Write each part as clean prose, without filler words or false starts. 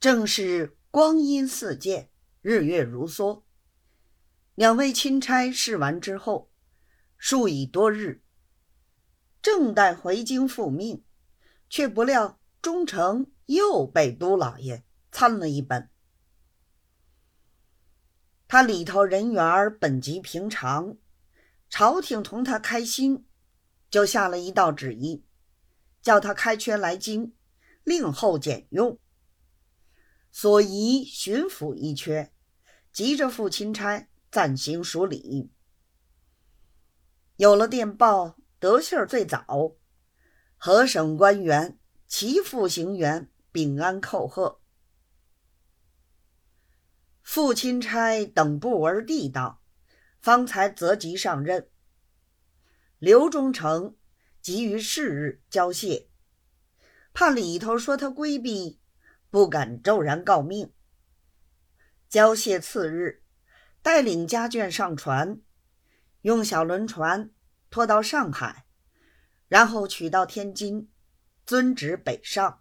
正是光阴似箭，日月如梭。两位钦差事完之后，数已多日，正待回京复命，却不料中丞又被都老爷参了一本。他里头人缘本极平常，朝廷同他开心，就下了一道旨意，叫他开缺来京，令后检用。所宜巡抚一缺，急着副钦差暂行署理。有了电报，得信儿最早，河省官员齐副行员禀安叩贺。副钦差等不闻地道，方才择吉上任。刘忠诚急于是日交卸，怕里头说他规避，不敢骤然告命。交卸次日，带领家眷上船，用小轮船拖到上海，然后取到天津，遵旨北上。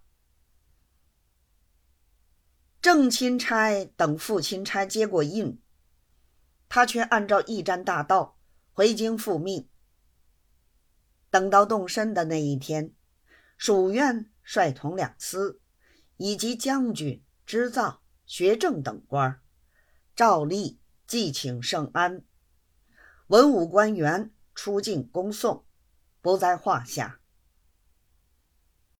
正钦差等副钦差接过印，他却按照驿站大道回京复命。等到动身的那一天，署院率同两司以及将军、织造、学政等官照例祭请圣安，文武官员出境恭送，不在话下。